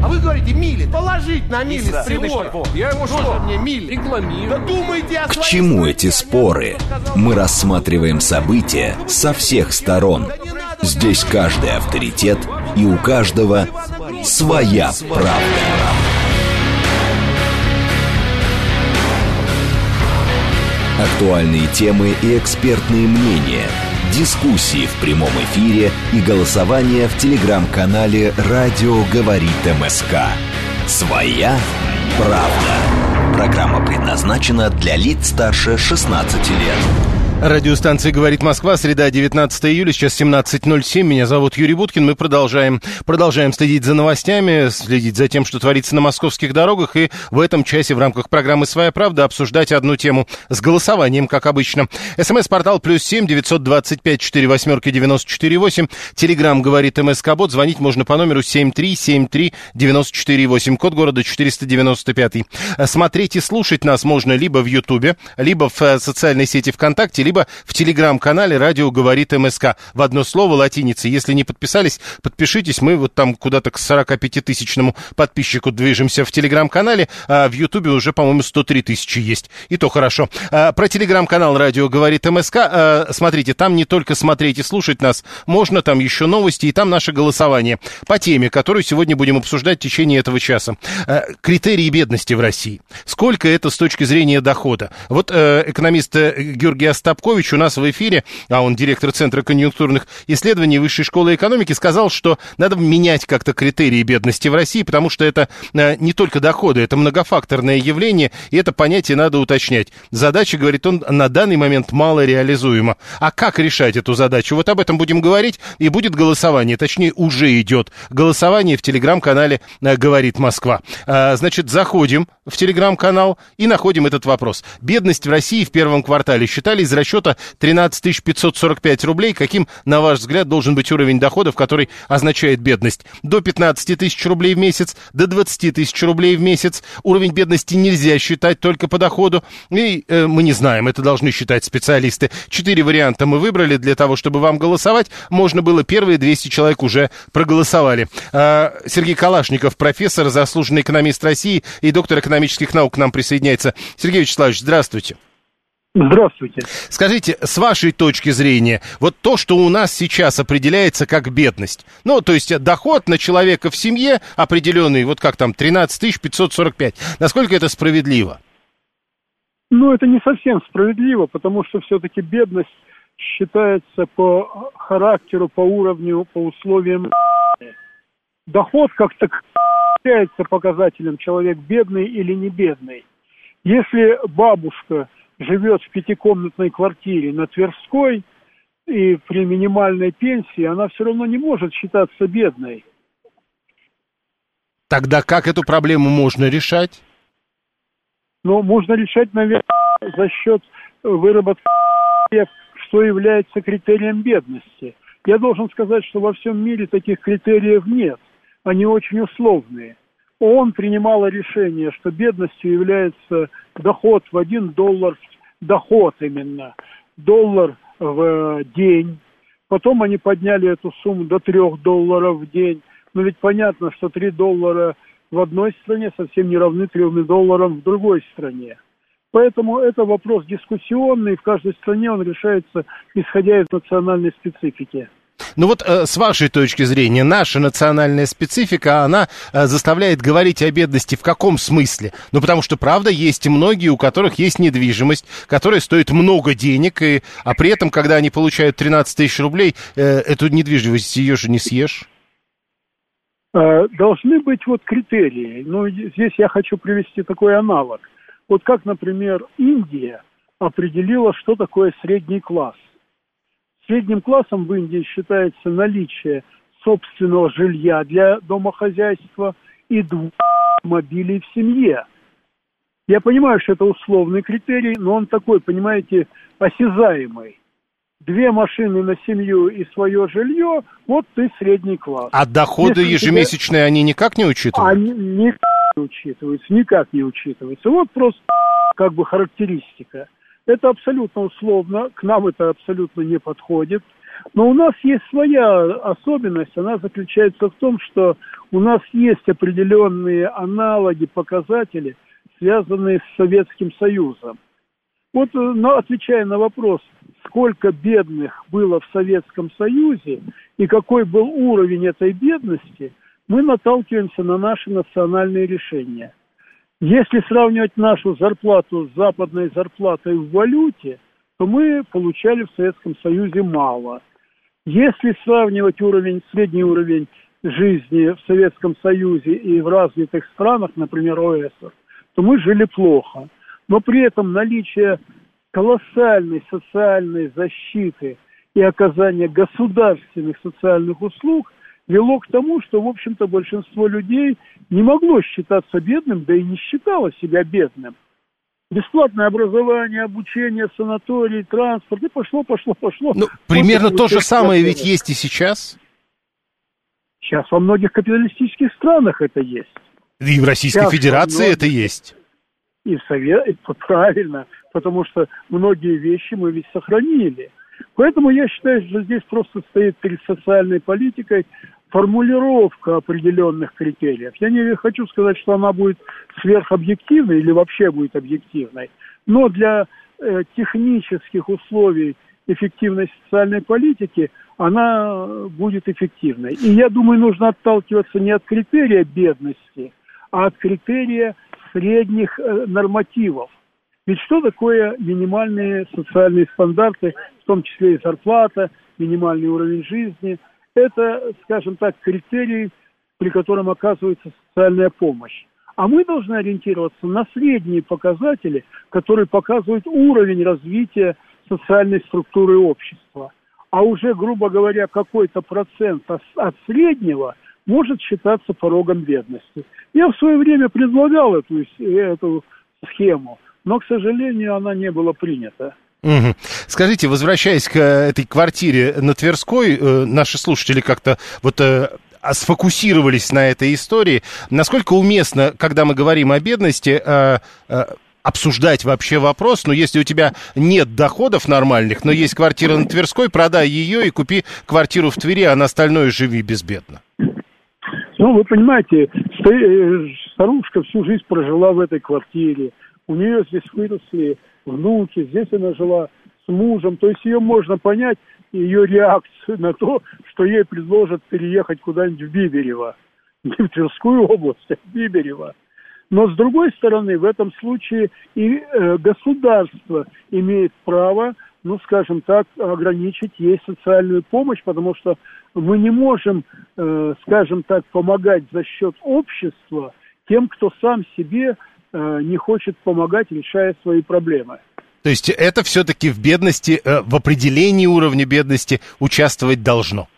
А вы говорите мили. Положить на мили с прибора. Я ему Тоже мне мили. Рекламирую. Да думайте о К своей чему стране, эти а не споры? то, что сказал Мы Путин. рассматриваем события со всех сторон. Здесь каждый авторитет, и у каждого своя правда. Актуальные темы и экспертные мнения, дискуссии в прямом эфире и голосование в телеграм-канале «Радио говорит МСК». «Своя правда». Программа предназначена для лиц старше 16 лет. Радиостанция «Говорит Москва», среда, 19 июля, сейчас 17:07. Меня зовут Юрий Буткин. Мы продолжаем следить за новостями, следить за тем, что творится на московских дорогах. И в этом часе в рамках программы «Своя правда» обсуждать одну тему с голосованием, как обычно. СМС-портал +7 925 48 94 8. Телеграм «Говорит МСК-бот». Звонить можно по номеру 7373 94 8. Код города 495. Смотреть и слушать нас можно либо в Ютубе, либо в социальной сети ВКонтакте, либо в телеграм-канале «Радио говорит МСК». В одно слово латиницей. Если не подписались, подпишитесь. Мы вот там куда-то к 45-тысячному подписчику движемся в телеграм-канале, а в Ютубе уже, по-моему, 103 тысячи есть. И то хорошо. Про телеграм-канал «Радио говорит МСК». Смотрите, там не только смотреть и слушать нас, можно там еще новости, и там наше голосование по теме, которую сегодня будем обсуждать в течение этого часа. Критерии бедности в России. Сколько это с точки зрения дохода? Вот экономист Георгий Остапкович у нас в эфире, а он директор Центра конъюнктурных исследований Высшей школы экономики, сказал, что надо менять как-то критерии бедности в России, потому что это не только доходы, это многофакторное явление, и это понятие надо уточнять. Задача, говорит он, на данный момент мало реализуема. А как решать эту задачу? Вот об этом будем говорить, и будет голосование, точнее, уже идет голосование в телеграм-канале «Говорит Москва». Значит, заходим в телеграм-канал и находим этот вопрос. Бедность в России в первом квартале считали из расчета 13 545 рублей. Каким, на ваш взгляд, должен быть уровень доходов, который означает бедность? До 15 тысяч рублей в месяц, до 20 тысяч рублей в месяц. Уровень бедности нельзя считать только по доходу. И мы не знаем, это должны считать специалисты. 4 варианта мы выбрали для того, чтобы вам голосовать. Можно было, первые 200 человек уже проголосовали. Сергей Калашников, профессор, заслуженный экономист России и доктор экономических наук, к нам присоединяется. Сергей Вячеславович, здравствуйте. Здравствуйте. Скажите, с вашей точки зрения, вот то, что у нас сейчас определяется как бедность, ну, то есть доход на человека в семье определенный, вот как там, 13 545, насколько это справедливо? Ну, это не совсем справедливо, потому что все-таки бедность считается по характеру, по уровню, по условиям. Доход как-то является показателем, человек бедный или не бедный. Если бабушка живет в 5-комнатной квартире на Тверской и при минимальной пенсии, она все равно не может считаться бедной. Тогда как эту проблему можно решать? Но можно решать, наверное, за счет выработки, что является критерием бедности. Я должен сказать, что во всем мире таких критериев нет. Они очень условные. ООН принимала решение, что бедностью является доход в $1, доход именно, $1 в день. Потом они подняли эту сумму до $3 в день. Но ведь понятно, что $3 в одной стране совсем не равны $3 в другой стране. Поэтому это вопрос дискуссионный, в каждой стране он решается, исходя из национальной специфики. Ну вот с вашей точки зрения, наша национальная специфика, она заставляет говорить о бедности в каком смысле? Ну потому что, правда, есть многие, у которых есть недвижимость, которая стоит много денег, а при этом, когда они получают 13 тысяч рублей, эту недвижимость ее же не съешь. Должны быть вот критерии. Ну, здесь я хочу привести такой аналог. Вот как, например, Индия определила, что такое средний класс. Средним классом в Индии считается наличие собственного жилья для домохозяйства и 2 автомобилей в семье. Я понимаю, что это условный критерий, но он такой, понимаете, осязаемый. 2 машины на семью и свое жилье, вот ты средний класс. А доходы ежемесячные они никак не учитывают? Они никак не учитываются. Вот просто как бы характеристика. Это абсолютно условно, к нам это абсолютно не подходит. Но у нас есть своя особенность, она заключается в том, что у нас есть определенные аналоги, показатели, связанные с Советским Союзом. Вот, отвечая на вопрос, сколько бедных было в Советском Союзе и какой был уровень этой бедности, мы наталкиваемся на наши национальные решения. Если сравнивать нашу зарплату с западной зарплатой в валюте, то мы получали в Советском Союзе мало. Если сравнивать средний уровень жизни в Советском Союзе и в развитых странах, например, ОСР, то мы жили плохо. Но при этом наличие колоссальной социальной защиты и оказания государственных социальных услуг вело к тому, что, в общем-то, большинство людей не могло считаться бедным, да и не считало себя бедным. Бесплатное образование, обучение, санаторий, транспорт, и пошло. Ну, примерно то же самое ведь есть и сейчас. Сейчас во многих капиталистических странах это есть. И в Российской Федерации это есть. И в Совете, правильно, потому что многие вещи мы ведь сохранили. Поэтому я считаю, что здесь просто стоит перед социальной политикой формулировка определенных критериев. Я не хочу сказать, что она будет сверхобъективной или вообще будет объективной, но для технических условий эффективной социальной политики она будет эффективной. И я думаю, нужно отталкиваться не от критерия бедности, а от критерия средних нормативов. Ведь что такое минимальные социальные стандарты, в том числе и зарплата, минимальный уровень жизни? Это, скажем так, критерий, при котором оказывается социальная помощь. А мы должны ориентироваться на средние показатели, которые показывают уровень развития социальной структуры общества. А уже, грубо говоря, какой-то процент от среднего может считаться порогом бедности. Я в свое время предлагал эту схему, но, к сожалению, она не была принята. Угу. Скажите, возвращаясь к этой квартире на Тверской, наши слушатели как-то сфокусировались на этой истории. Насколько уместно, когда мы говорим о бедности, обсуждать вообще вопрос, если у тебя нет доходов нормальных, но есть квартира на Тверской, продай ее и купи квартиру в Твери, а на остальное живи безбедно. Вы понимаете, старушка всю жизнь прожила в этой квартире, у нее здесь выросли внуки, здесь она жила с мужем, то есть ее можно понять, ее реакцию на то, что ей предложат переехать куда-нибудь в Биберево, не в Тверскую область, а в Биберево. Но, с другой стороны, в этом случае и государство имеет право, скажем так, ограничить ей социальную помощь, потому что мы не можем, скажем так, помогать за счет общества тем, кто сам себе не хочет помогать, решая свои проблемы. То есть это все-таки в бедности, в определении уровня бедности участвовать должно?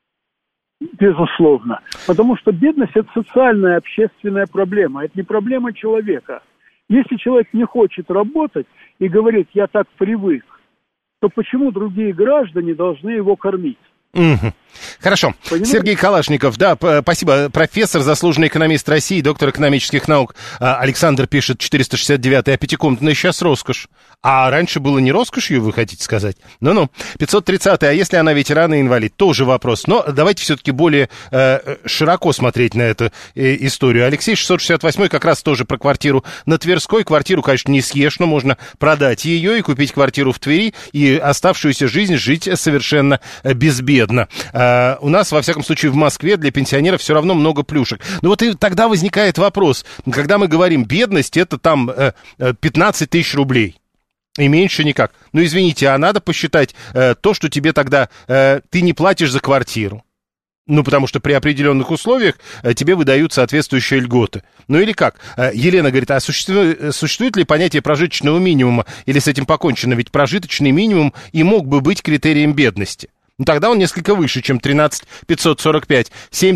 Безусловно. Потому что бедность – это социальная, общественная проблема. Это не проблема человека. Если человек не хочет работать и говорит, я так привык, то почему другие граждане должны его кормить? Угу. Хорошо. Понимаете? Сергей Калашников, спасибо. Профессор, заслуженный экономист России, доктор экономических наук. Александр пишет, 469-й, а пятикомнатная сейчас роскошь. А раньше было не роскошью, вы хотите сказать? 530-й, а если она ветеран и инвалид? Тоже вопрос. Но давайте все-таки более широко смотреть на эту историю. Алексей, 668-й, как раз тоже про квартиру на Тверской. Квартиру, конечно, не съешь, но можно продать ее и купить квартиру в Твери, и оставшуюся жизнь жить совершенно безбедно. У нас, во всяком случае, в Москве для пенсионеров все равно много плюшек. И тогда возникает вопрос, когда мы говорим бедность, это там 15 тысяч рублей. И меньше никак. Извините, а надо посчитать то, что тебе тогда ты не платишь за квартиру. Потому что при определенных условиях тебе выдают соответствующие льготы. Или как? Елена говорит, а существует ли понятие прожиточного минимума? Или с этим покончено? Ведь прожиточный минимум и мог бы быть критерием бедности. Тогда он несколько выше, чем 13 545.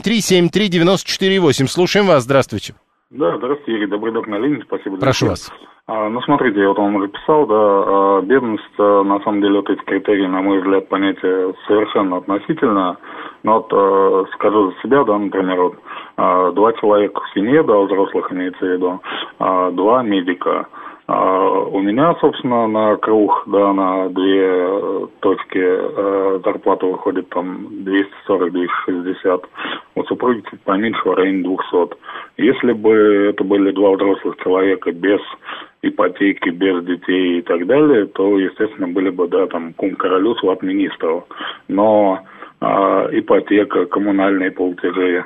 7373948. Слушаем вас. Здравствуйте. Да, здравствуйте, Игорь. Добрый док на линии. Спасибо. Прошу вас. Смотрите, я вам уже писал, бедность, на самом деле, эти критерии, на мой взгляд, понятие совершенно относительно. Но скажу за себя, например, 2 человека в семье, взрослых имеется в виду, 2 медика. У меня, собственно, на круг, да, на 2 точки зарплата выходит там 240-260. У супруги чуть поменьше, в районе 200. Если бы это были 2 взрослых человека без ипотеки, без детей и так далее, то, естественно, были бы, да, там, кум королю, сват министру. Но ипотека, коммунальные платежи,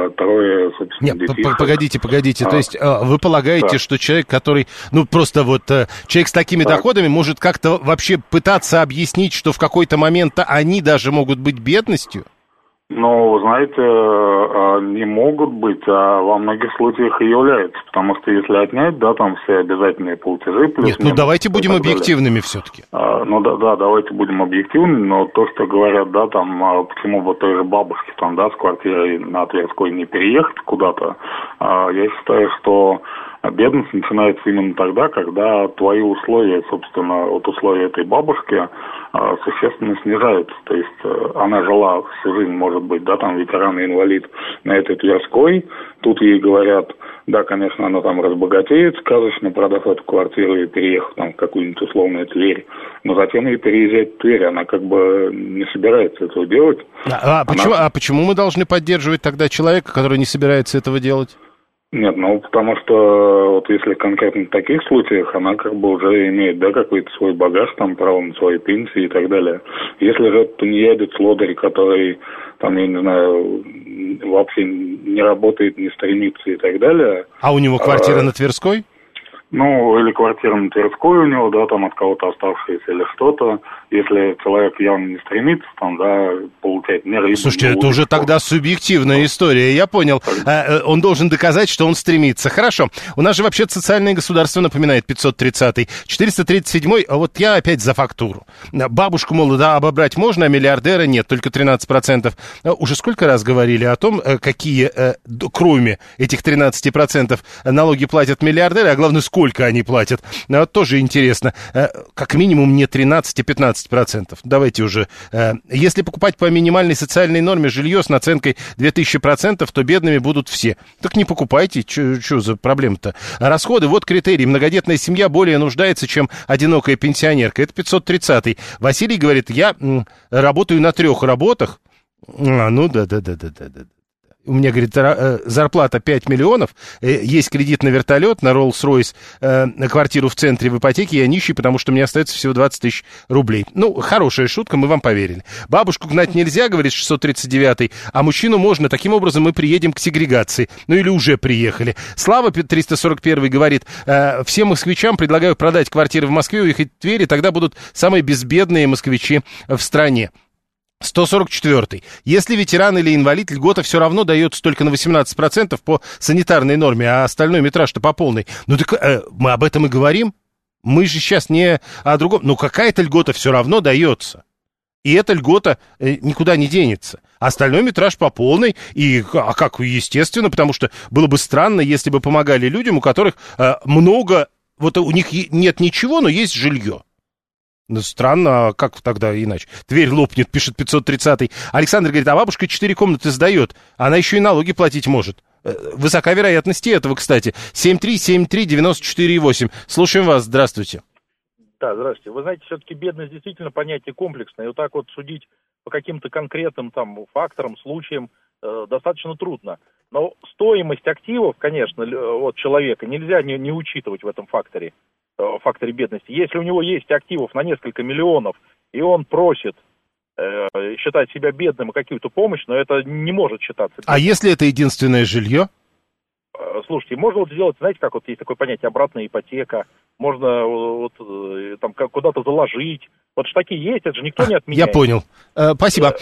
3, собственно, детей. Погодите. То есть вы полагаете, что человек, который, просто человек с такими доходами может как-то вообще пытаться объяснить, что в какой-то момент они даже могут быть бедностью? Ну, знаете, не могут быть, а во многих случаях и являются. Потому что если отнять, да, там все обязательные платежи... Плюс Нет, давайте будем объективными все-таки. Да, давайте будем объективными, но то, что говорят, да, там, почему бы той же бабушке, там, да, с квартирой на Тверской не переехать куда-то, я считаю, что бедность начинается именно тогда, когда твои условия, собственно, от условия этой бабушки существенно снижаются. То есть она жила всю жизнь, может быть, да, там, ветеран и инвалид на этой Тверской. Тут ей говорят, да, конечно, она там разбогатеет, сказочно продав эту квартиру и переехав там в какую-нибудь условную Тверь. Но затем ей переезжать в Тверь, она как бы не собирается этого делать. Почему мы должны поддерживать тогда человека, который не собирается этого делать? Нет, потому что вот если конкретно в таких случаях, она как бы уже имеет, да, какой-то свой багаж, там, право на свои пенсии и так далее. Если же это не едет лодырь, который, там, я не знаю, вообще не работает, не стремится и так далее. А у него квартира на Тверской? Или квартира на Тверской у него, да, там от кого-то оставшаяся или что-то. Если человек явно не стремится, там, да, получать не рыбу. Слушайте, это уже тогда субъективная история, я понял. Он должен доказать, что он стремится. Хорошо. У нас же вообще-то социальное государство напоминает 530-й. 437-й, а вот я опять за фактуру. Бабушку, мол, да, обобрать можно, а миллиардера нет, только 13%. Уже сколько раз говорили о том, какие, кроме этих 13%, налоги платят миллиардеры, а главное, сколько они платят. Тоже интересно. Как минимум не 13, а 15%. Давайте уже. Если покупать по минимальной социальной норме жилье с наценкой 2000%, то бедными будут все. Так не покупайте. Что за проблема-то? Расходы. Вот критерий. Многодетная семья более нуждается, чем одинокая пенсионерка. Это 530-й. Василий говорит, я работаю на 3 работах. Да. У меня, говорит, зарплата 5 миллионов, есть кредит на вертолет, на Роллс-Ройс, на квартиру в центре в ипотеке, я нищий, потому что мне остается всего 20 тысяч рублей. Хорошая шутка, мы вам поверили. Бабушку гнать нельзя, говорит 639-й, а мужчину можно, таким образом мы приедем к сегрегации. Или уже приехали. Слава 341-й говорит, всем москвичам предлагаю продать квартиры в Москве, уехать в Тверь, и тогда будут самые безбедные москвичи в стране. 144-й. Если ветеран или инвалид, льгота все равно дается только на 18% по санитарной норме, а остальной метраж-то по полной. Мы об этом и говорим. Мы же сейчас не о другом. Какая-то льгота все равно дается. И эта льгота никуда не денется. Остальной метраж по полной. Естественно, потому что было бы странно, если бы помогали людям, у которых много... Вот у них нет ничего, но есть жилье. Странно, а как тогда иначе? Тверь лопнет, пишет 530-й. Александр говорит, а бабушка 4 комнаты сдает. Она еще и налоги платить может. Высока вероятность этого, кстати. 7373948. Слушаем вас, здравствуйте. Да, здравствуйте. Вы знаете, все-таки бедность действительно понятие комплексное. И вот так вот судить по каким-то конкретным там факторам, случаям достаточно трудно. Но стоимость активов, конечно, вот человека нельзя не учитывать в этом факторе бедности. Если у него есть активов на несколько миллионов, и он просит считать себя бедным и какую-то помощь, но это не может считаться бедным. А если это единственное жилье? Слушайте, можно сделать, знаете, как вот есть такое понятие обратная ипотека, можно там куда-то заложить. Вот ж такие есть, это же никто не отменяет. Я понял. Спасибо.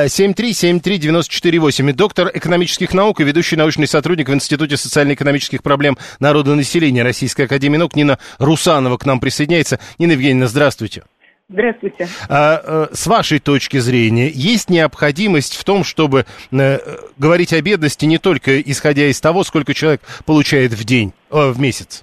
7373948. Доктор экономических наук и ведущий научный сотрудник в Институте социально-экономических проблем народонаселения Российской академии наук Нина Русанова к нам присоединяется. Нина Евгеньевна, здравствуйте. Здравствуйте. С вашей точки зрения, есть необходимость в том, чтобы говорить о бедности не только исходя из того, сколько человек получает в месяц?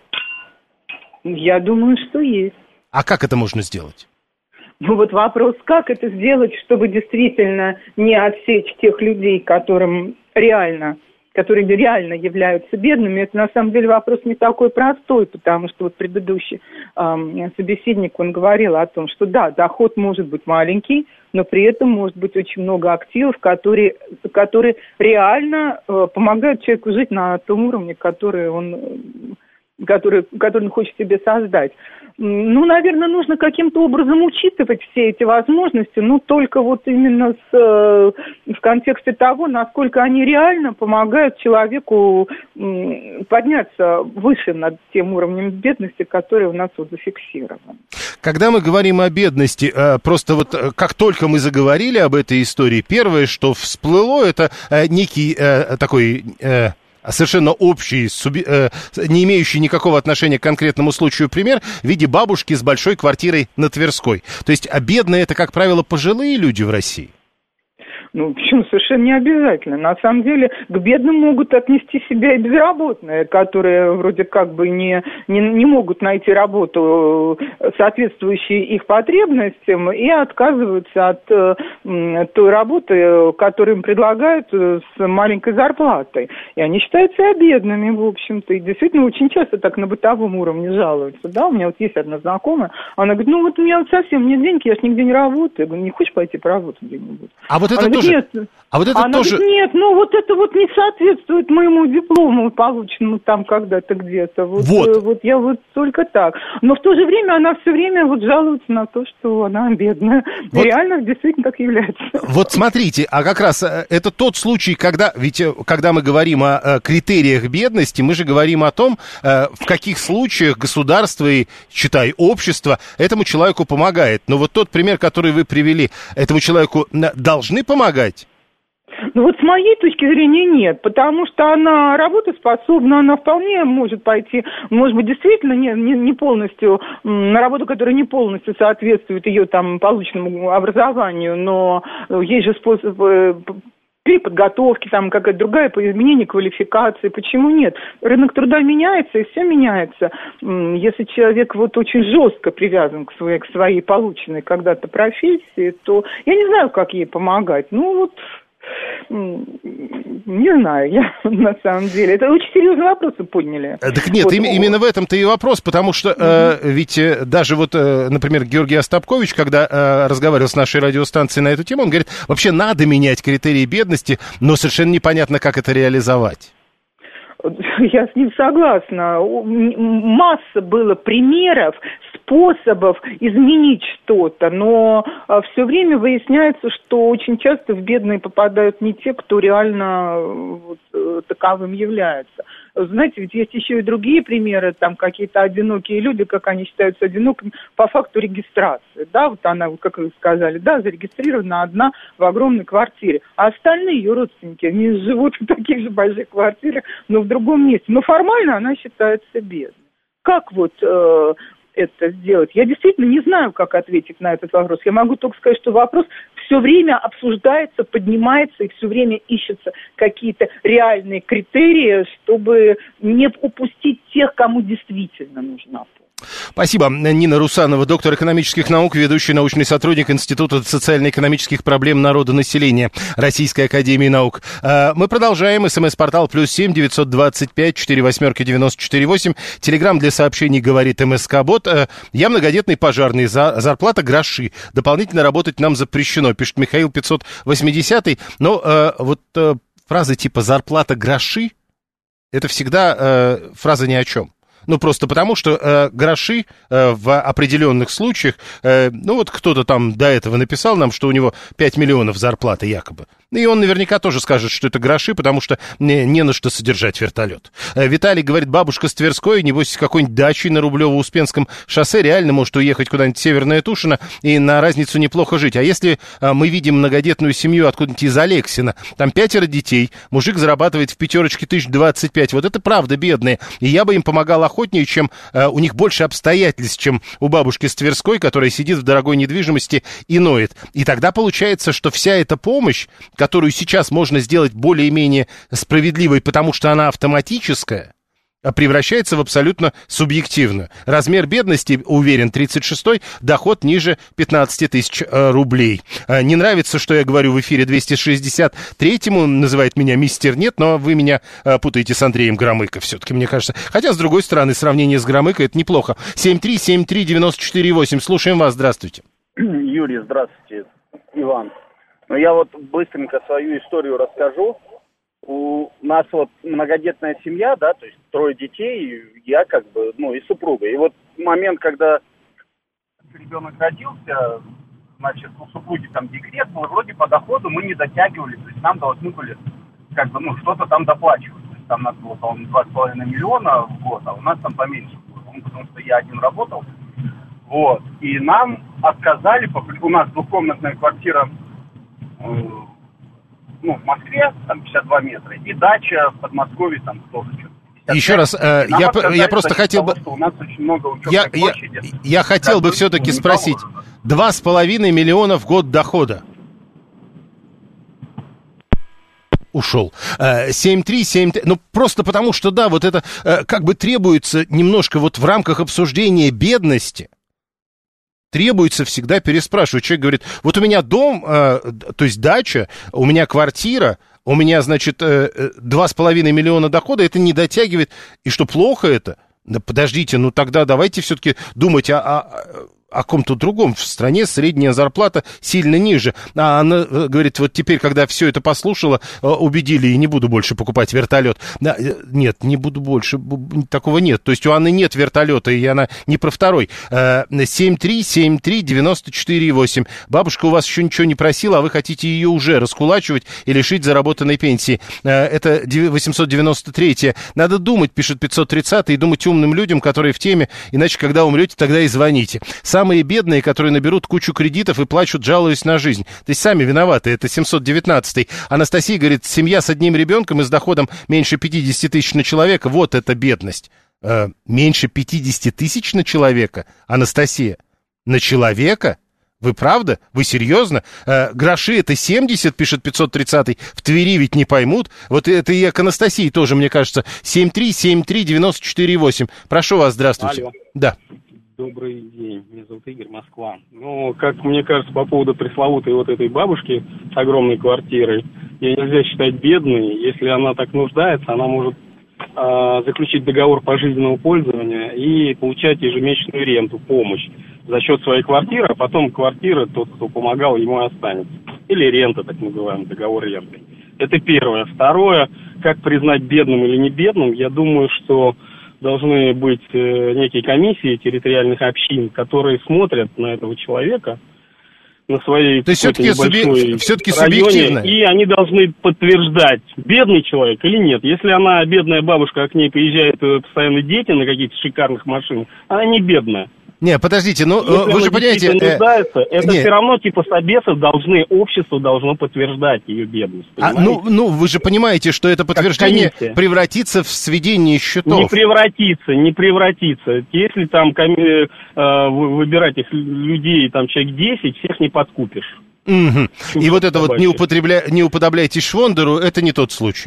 Я думаю, что есть. А как это можно сделать? Вот вопрос, как это сделать, чтобы действительно не отсечь тех людей, которым реально которые реально являются бедными, это на самом деле вопрос не такой простой, потому что вот предыдущий собеседник, он говорил о том, что да, доход может быть маленький, но при этом может быть очень много активов, которые реально помогают человеку жить на том уровне, который он хочет себе создать. Ну, наверное, нужно каким-то образом учитывать все эти возможности, но только вот именно в контексте того, насколько они реально помогают человеку подняться выше над тем уровнем бедности, который у нас вот зафиксирован. Когда мы говорим о бедности, просто вот как только мы заговорили об этой истории, первое, что всплыло, это некий такой... совершенно общий, не имеющий никакого отношения к конкретному случаю пример в виде бабушки с большой квартирой на Тверской. То есть, а бедные это, как правило, пожилые люди в России? Ну, почему? Совершенно не обязательно. На самом деле, к бедным могут отнести себя и безработные, которые вроде как бы не могут найти работу, соответствующую их потребностям, и отказываются от той работы, которую им предлагают с маленькой зарплатой. И они считают себя бедными, в общем-то. И действительно, очень часто так на бытовом уровне жалуются. Да, у меня вот есть одна знакомая, она говорит, ну вот у меня вот совсем нет денег, я ж нигде не работаю. Я говорю, не хочешь пойти поработать где-нибудь? А вот это она тоже... Нет. А вот это она тоже... говорит, нет, ну вот это вот не соответствует моему диплому, полученному там когда-то где-то. Вот я вот только так. Но в то же время она все время вот жалуется на то, что она бедная. Вот. И реально действительно так является. Вот смотрите, а как раз это тот случай, когда мы говорим о критериях бедности, мы же говорим о том, в каких случаях государство и, считай, общество этому человеку помогает. Но вот тот пример, который вы привели, этому человеку должны помогать? Ну вот с моей точки зрения нет, потому что она работоспособна, она вполне может пойти, может быть, действительно не полностью, на работу, которая не полностью соответствует ее там полученному образованию, но есть же способ переподготовки, там какая-то другая, по изменению квалификации, почему нет? Рынок труда меняется, и все меняется. Если человек вот очень жестко привязан к своей полученной когда-то профессии, то я не знаю, как ей помогать. Ну вот... Не знаю, я на самом деле. Это очень серьезный вопрос вы подняли. Так нет, вот. Именно в этом-то и вопрос, потому что ведь даже вот, например, Георгий Остапкович, когда разговаривал с нашей радиостанцией на эту тему, он говорит, вообще надо менять критерии бедности, но совершенно непонятно, как это реализовать. Я с ним согласна. Масса было примеров, способов изменить что-то, но все время выясняется, что очень часто в бедные попадают не те, кто реально таковым является. Знаете, ведь есть еще и другие примеры, там какие-то одинокие люди, как они считаются одинокими, по факту регистрации. Да, вот она, как вы сказали, да, зарегистрирована одна в огромной квартире, а остальные ее родственники, они живут в таких же больших квартирах, но в другом месте. Но формально она считается бедной. Как вот это сделать? Я действительно не знаю, как ответить на этот вопрос. Я могу только сказать, что вопрос все время обсуждается, поднимается, и все время ищутся какие-то реальные критерии, чтобы не упустить тех, кому действительно нужна помощь. Спасибо. Нина Русанова, доктор экономических наук, ведущий научный сотрудник Института социально-экономических проблем народонаселения Российской академии наук. Мы продолжаем. СМС-портал +7 925 48 94 8. Телеграм для сообщений говорит МСК-бот. Я многодетный пожарный. Зарплата гроши. Дополнительно работать нам запрещено, пишет Михаил 580. Но вот фразы типа «зарплата гроши» это всегда фраза ни о чем. Ну, просто потому, что гроши в определенных случаях, ну, вот кто-то там до этого написал нам, что у него 5 миллионов зарплаты якобы. И он наверняка тоже скажет, что это гроши, потому что не на что содержать вертолет. Виталий говорит, бабушка с Тверской, небось, с какой-нибудь дачей на Рублево-Успенском шоссе реально может уехать куда-нибудь в Северное Тушино и на разницу неплохо жить. А если мы видим многодетную семью откуда-нибудь из Алексина, там 5 детей, мужик зарабатывает в пятерочке 1025, вот это правда бедные. И я бы им помогал охотнее, чем у них больше обстоятельств, чем у бабушки с Тверской, которая сидит в дорогой недвижимости и ноет. И тогда получается, что вся эта помощь, которую сейчас можно сделать более-менее справедливой, потому что она автоматическая, превращается в абсолютно субъективную. Размер бедности, уверен, 36-й, доход ниже 15 тысяч рублей. Не нравится, что я говорю в эфире 263-му, называет меня мистер Нет, но вы меня путаете с Андреем Громыко все-таки, мне кажется. Хотя, с другой стороны, сравнение с Громыко — это неплохо. 7373948, слушаем вас, здравствуйте. Юрий, здравствуйте. Иван. Ну, я вот быстренько свою историю расскажу. У нас вот многодетная семья, да, то есть 3 детей, я как бы, ну, и супруга. И вот момент, когда ребенок родился, значит, у супруги там декрет был, вроде по доходу мы не дотягивали, то есть нам должны были, как бы, ну, что-то там доплачивать. То есть там надо было, по-моему, 2,5 миллиона в год, а у нас там поменьше было, потому что я один работал. Вот. И нам отказали, у нас двухкомнатная квартира, ну, в Москве, там 52 метра, и дача в Подмосковье, там тоже что-то. Еще раз, я просто хотел бы... У нас очень много учебной площади. Я хотел бы все-таки спросить, 2,5 миллиона в год дохода. Ушел. 737, ну, просто потому что, да, вот это как бы требуется немножко вот в рамках обсуждения бедности, требуется всегда переспрашивать. Человек говорит, вот у меня дом, то есть дача, у меня квартира, у меня, значит, 2,5 миллиона дохода, это не дотягивает. И что, плохо это? Да подождите, ну тогда давайте все-таки думать о ком-то другом. В стране средняя зарплата сильно ниже. А она говорит, вот теперь, когда все это послушала, убедили, и не буду больше покупать вертолет. Нет, не буду больше, такого нет. То есть у Анны нет вертолета, и она не про второй. 7373948. Бабушка у вас еще ничего не просила, а вы хотите ее уже раскулачивать и лишить заработанной пенсии. Это 893. Надо думать, пишет 530, и думать умным людям, которые в теме, иначе, когда умрете, тогда и звоните. Самые бедные, которые наберут кучу кредитов и плачут, жалуясь на жизнь. То есть сами виноваты. Это 719-й. Анастасия говорит, семья с одним ребенком и с доходом меньше 50 тысяч на человека. Вот это бедность. Меньше 50 тысяч на человека? Анастасия, на человека? Вы правда? Вы серьезно? Гроши это 70, пишет 530-й. В Твери ведь не поймут. Вот это и к Анастасии тоже, мне кажется. 7373948. Прошу вас, здравствуйте. Алло. Да. Добрый день, меня зовут Игорь, Москва. Ну, как мне кажется, по поводу пресловутой вот этой бабушки с огромной квартирой, ее нельзя считать бедной. Если она так нуждается, она может заключить договор пожизненного пользования и получать ежемесячную ренту, помощь за счет своей квартиры, а потом квартира, тот, кто помогал, ему останется. Или рента, так называемый, договор ренты. Это первое. Второе, как признать бедным или не бедным, я думаю, что должны быть некие комиссии территориальных общин, которые смотрят на этого человека, на своей... То есть все-таки субъективно. И они должны подтверждать, бедный человек или нет. Если она бедная бабушка, а к ней приезжают постоянно дети на каких-то шикарных машинах, она не бедная. Не, подождите, ну если вы же понимаете... это все равно типа собесы должны, общество должно подтверждать ее бедность. Ну вы же понимаете, что это подтверждение превратится в сведение счетов. Не превратится. Если там выбирать их людей, там человек 10, всех не подкупишь. Угу. И вот это вот не уподобляйтесь Швондеру, это не тот случай.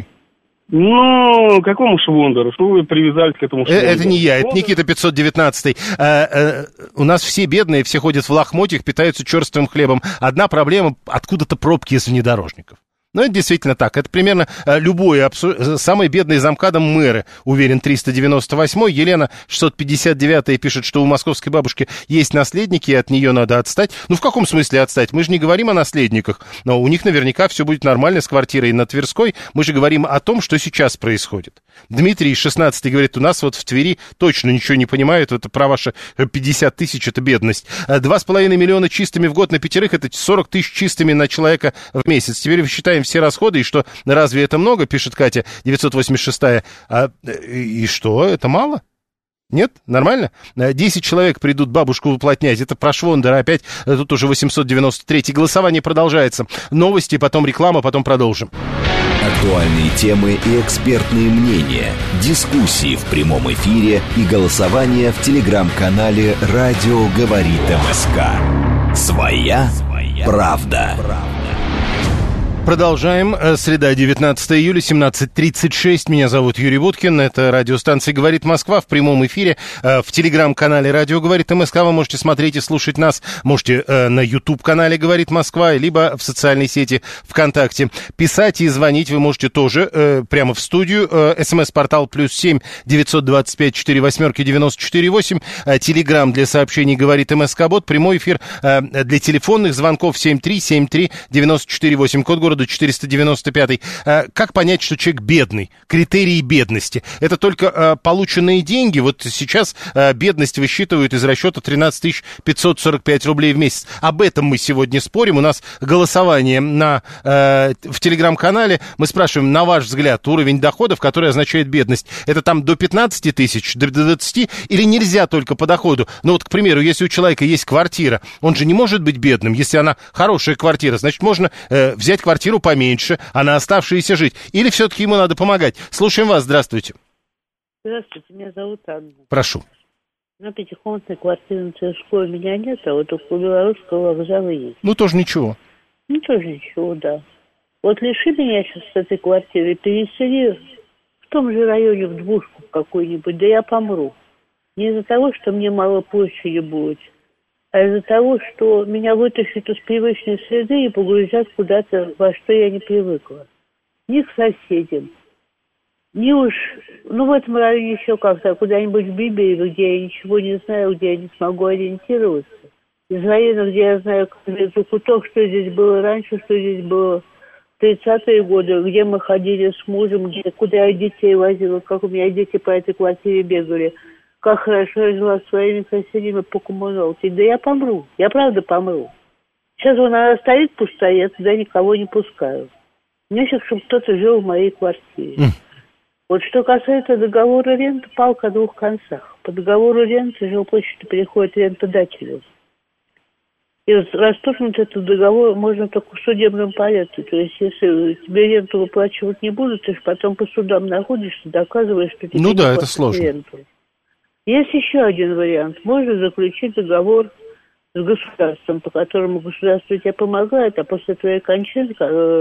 Ну, какому Швондеру? Что вы привязались к этому Швондеру? Это не я, это Никита 519. У нас все бедные, все ходят в лохмотьях, питаются черствым хлебом. Одна проблема, откуда-то пробки из внедорожников. Ну, это действительно так. Это примерно любое... Самые бедные замкадом мэры, уверен, 398-й. Елена 659-я пишет, что у московской бабушки есть наследники, и от нее надо отстать. Ну, в каком смысле отстать? Мы же не говорим о наследниках. Но у них наверняка все будет нормально с квартирой на Тверской. Мы же говорим о том, что сейчас происходит. Дмитрий 16-й говорит, у нас вот в Твери точно ничего не понимают. Это про ваши 50 тысяч, это бедность. 2,5 миллиона чистыми в год на пятерых, это 40 тысяч чистыми на человека в месяц. Теперь считаем все расходы, и что, разве это много, пишет Катя 986-я. И что, это мало? Нет? Нормально? 10 человек придут бабушку уплотнять. Это про Швондера опять. Тут уже 893-й. Голосование продолжается. Новости, потом реклама, потом продолжим. Актуальные темы и экспертные мнения. Дискуссии в прямом эфире и голосование в телеграм-канале «Радио говорит МСК». Своя правда. Продолжаем. Среда, 19 июля, 17:36. Меня зовут Юрий Буткин. Это радиостанция «Говорит Москва» в прямом эфире. В телеграм-канале «Радио говорит МСК» вы можете смотреть и слушать нас. Можете на YouTube-канале «Говорит Москва», либо в социальной сети ВКонтакте. Писать и звонить вы можете тоже прямо в студию. СМС-портал +7 925 48 94 8. Телеграм для сообщений «Говорит МСК-бот». Прямой эфир для телефонных звонков 7373 94 8. Код города 495. Как понять, что человек бедный? Критерии бедности. Это только полученные деньги. Вот сейчас бедность высчитывают из расчета 13 545 рублей в месяц. Об этом мы сегодня спорим. У нас голосование в телеграм-канале. Мы спрашиваем, на ваш взгляд, уровень доходов, который означает бедность, это там до 15 тысяч, до 20, или нельзя только по доходу? Ну вот, к примеру, если у человека есть квартира, он же не может быть бедным. Если она хорошая квартира, значит, можно взять квартиру поменьше, а на оставшиеся жить. Или все-таки ему надо помогать? Слушаем вас. Здравствуйте. Здравствуйте, меня зовут Анна. Прошу. На пятикомнатной квартире на Тверской у меня нет, а вот у Белорусского вокзала есть. Ну, тоже ничего. Ну, тоже ничего, да. Вот лиши меня сейчас с этой квартиры, пересели в том же районе в двушку какую-нибудь, да я помру. Не из-за того, что мне мало площади будет, а из-за того, что меня вытащат из привычной среды и погрузят куда-то, во что я не привыкла. Ни к соседям, ни уж, в этом районе еще как-то, куда-нибудь в Биберево, где я ничего не знаю, где я не смогу ориентироваться. Из района, где я знаю, закуток, что здесь было раньше, что здесь было в 30-е годы, где мы ходили с мужем, куда я детей возила, как у меня дети по этой квартире бегали. Как хорошо я жила с своими соседями по коммуналке. Да я помру. Я правда помру. Сейчас она стоит пустая, я туда никого не пускаю. Мне сейчас, чтобы кто-то жил в моей квартире. Вот что касается договора ренты, палка о двух концах. По договору ренты жилплощади переходит рентодателю. И расторгнуть этот договор можно только в судебном порядке. То есть, если тебе ренту выплачивать не будут, ты же потом по судам находишься, доказываешь, что тебе не это сложно. Ренту. Есть еще один вариант. Можно заключить договор с государством, по которому государство тебе помогает, а после твоей кончины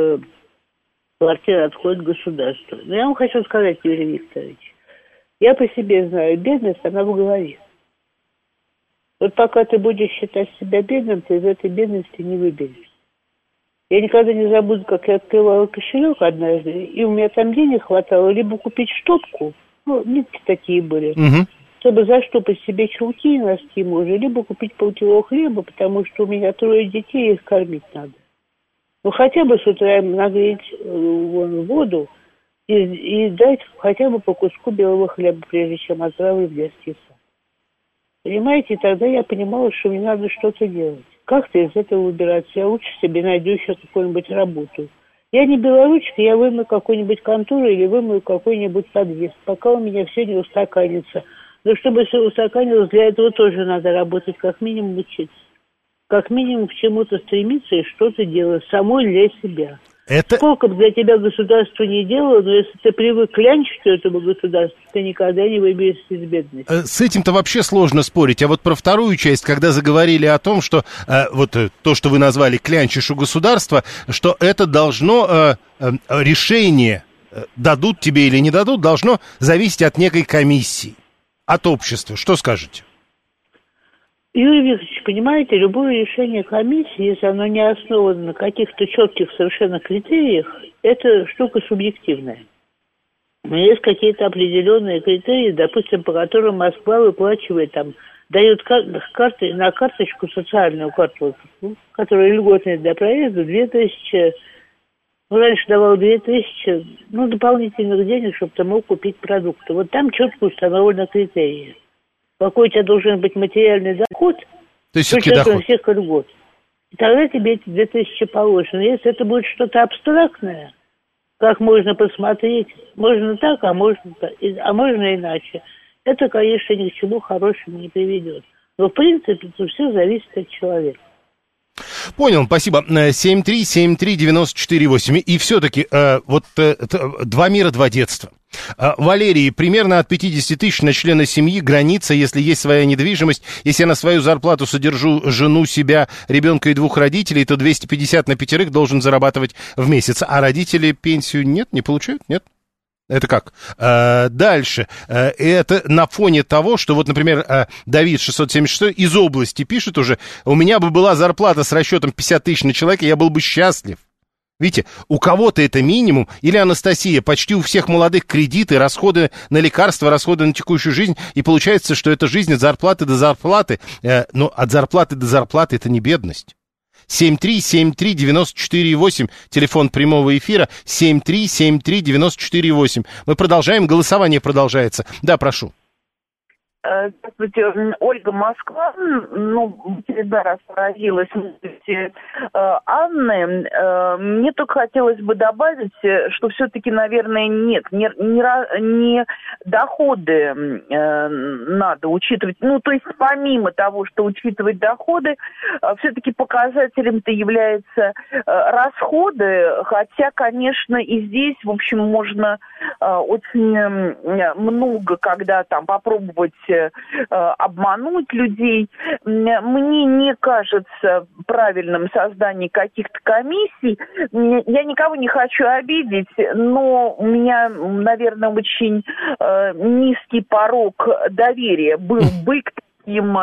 квартира отходит государству. Но я вам хочу сказать, Юрий Викторович, я по себе знаю, бедность, она в голове. Вот пока ты будешь считать себя бедным, ты из этой бедности не выберешься. Я никогда не забуду, как я открывала кошелек однажды, и у меня там денег хватало либо купить штопку, нитки такие были, чтобы заштопать себе чулки и носки мужа, либо купить полкило хлеба, потому что у меня 3 детей, их кормить надо. Хотя бы с утра им нагреть воду и дать хотя бы по куску белого хлеба, прежде чем отправить в детский сад. Понимаете, тогда я понимала, что мне надо что-то делать. Как-то из этого выбираться. Я лучше себе найду еще какую-нибудь работу. Я не белоручка, я вымою какую-нибудь контору или вымою какой-нибудь подъезд, пока у меня все не устаканится. Но чтобы все устаканилось, для этого тоже надо работать, как минимум учиться. Как минимум к чему-то стремиться и что-то делать самой для себя. Сколько бы для тебя государство не делало, но если ты привык клянчить у этого государства, ты никогда не выберешься из бедности. С этим-то вообще сложно спорить. А вот про вторую часть, когда заговорили о том, что то, что вы назвали клянчишь у государства, что это должно решение, дадут тебе или не дадут, должно зависеть от некой комиссии. От общества. Что скажете? Юрий Викторович, понимаете, любое решение комиссии, если оно не основано на каких-то четких совершенно критериях, это штука субъективная. Но есть какие-то определенные критерии, допустим, по которым Москва выплачивает, дает карты, на карточку, социальную карту, которая льготная для проезда, 2000, раньше давал 2000, дополнительных денег, чтобы ты мог купить продукты. Вот там четко установлены критерии. Какой у тебя должен быть материальный доход, то есть все-таки доход. Всех льгот. И тогда тебе эти 2000 положено. Если это будет что-то абстрактное, как можно посмотреть, можно так, а можно иначе, это, конечно, ни к чему хорошему не приведет. Но, в принципе, это все зависит от человека. Понял, спасибо. 7373948. И все-таки два мира, два детства. Валерий, примерно от 50 тысяч на члена семьи граница, если есть своя недвижимость. Если я на свою зарплату содержу жену, себя, ребенка и 2 родителей, то 250 на 5 должен зарабатывать в месяц. А родители пенсию не получают? Нет? Это как? Дальше. Это на фоне того, что вот, например, Давид 676 из области пишет уже: у меня бы была зарплата с расчетом 50 тысяч на человека, я был бы счастлив. Видите, у кого-то это минимум. Или Анастасия, почти у всех молодых кредиты, расходы на лекарства, расходы на текущую жизнь. И получается, что это жизнь от зарплаты до зарплаты. Но от зарплаты до зарплаты это не бедность. 7373948, телефон прямого эфира, 7373948. Мы продолжаем, голосование продолжается. Да, прошу. Здравствуйте, Ольга, Москва. Череда раз поразилась Анны. Мне только хотелось бы добавить, что все-таки, наверное, нет, не доходы надо учитывать. То есть помимо того, что учитывать доходы, все-таки показателем-то являются расходы, хотя, конечно, и здесь, в общем, можно очень много, когда там попробовать обмануть людей. Мне не кажется правильным создание каких-то комиссий. Я никого не хочу обидеть, но у меня, наверное, очень низкий порог доверия был бы к таким...